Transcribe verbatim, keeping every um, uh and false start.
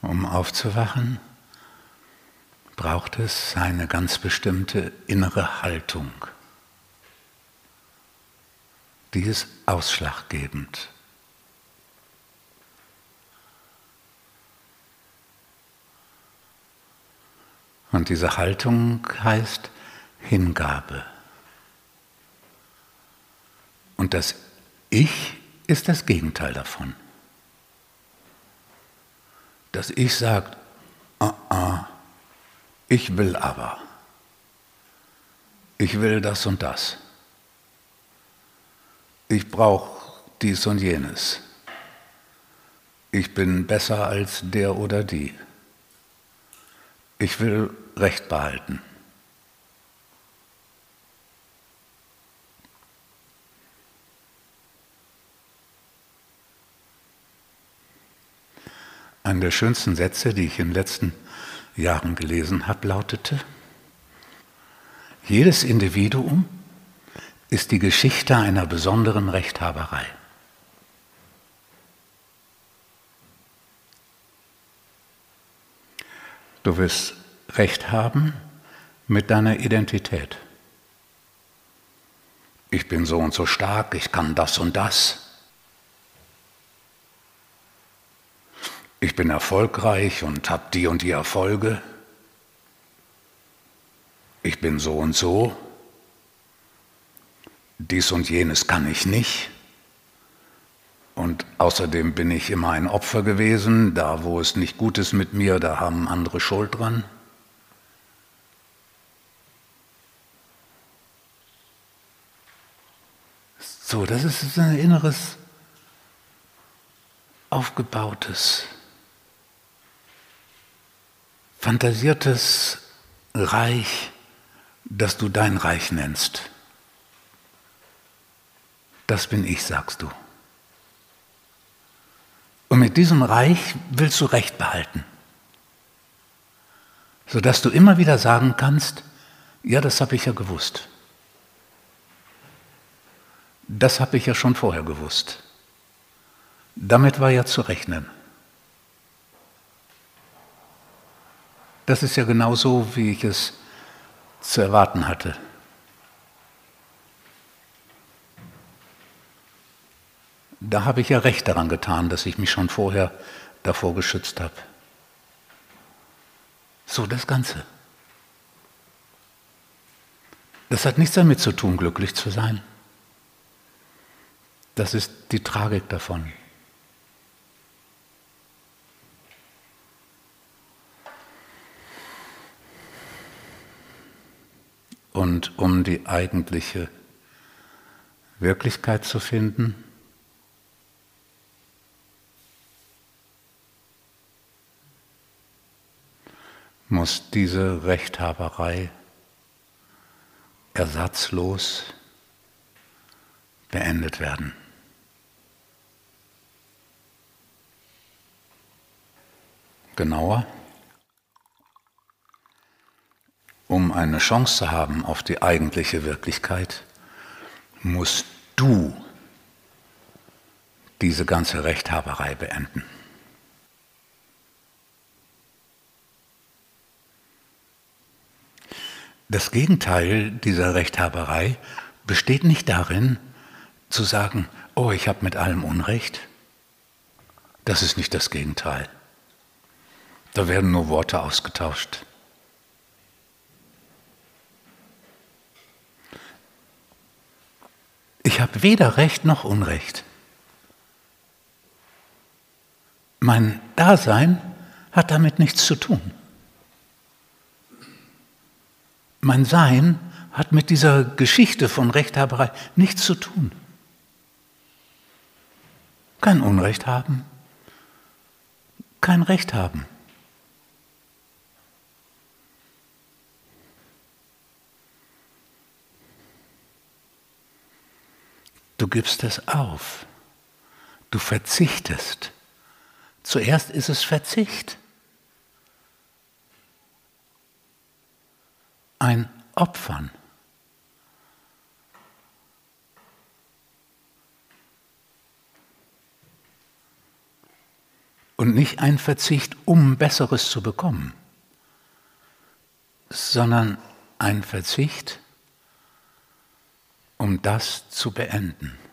Um aufzuwachen, braucht es eine ganz bestimmte innere Haltung. Die ist ausschlaggebend. Und diese Haltung heißt Hingabe. Und das Ich ist das Gegenteil davon. Das Ich sagt, ah, ah, ich will aber. Ich will das und das. Ich brauche dies und jenes. Ich bin besser als der oder die. Ich will Recht behalten. Einer der schönsten Sätze, die ich in den letzten Jahren gelesen habe, lautete: Jedes Individuum ist die Geschichte einer besonderen Rechthaberei. Du wirst Recht haben mit deiner Identität. Ich bin so und so stark, ich kann das und das. Ich bin erfolgreich und habe die und die Erfolge. Ich bin so und so. Dies und jenes kann ich nicht. Und außerdem bin ich immer ein Opfer gewesen. Da, wo es nicht gut ist mit mir, da haben andere Schuld dran. So, das ist ein inneres, aufgebautes, fantasiertes Reich, das du dein Reich nennst. Das bin ich, sagst du. Und mit diesem Reich willst du Recht behalten, sodass du immer wieder sagen kannst, ja, das habe ich ja gewusst. Das habe ich ja schon vorher gewusst. Damit war ja zu rechnen. Das ist ja genau so, wie ich es zu erwarten hatte. Da habe ich ja recht daran getan, dass ich mich schon vorher davor geschützt habe. So, das Ganze. Das hat nichts damit zu tun, glücklich zu sein. Das ist die Tragik davon. Und um die eigentliche Wirklichkeit zu finden, muss diese Rechthaberei ersatzlos beendet werden. Genauer, um eine Chance zu haben auf die eigentliche Wirklichkeit, musst du diese ganze Rechthaberei beenden. Das Gegenteil dieser Rechthaberei besteht nicht darin, zu sagen, oh, ich habe mit allem Unrecht. Das ist nicht das Gegenteil. Da werden nur Worte ausgetauscht. Ich habe weder Recht noch Unrecht. Mein Dasein hat damit nichts zu tun. Mein Sein hat mit dieser Geschichte von Rechthaberei nichts zu tun. Kein Unrecht haben, kein Recht haben. Du gibst es auf. Du verzichtest. Zuerst ist es Verzicht. Ein Opfern. Und nicht ein Verzicht, um Besseres zu bekommen, sondern ein Verzicht, um das zu beenden.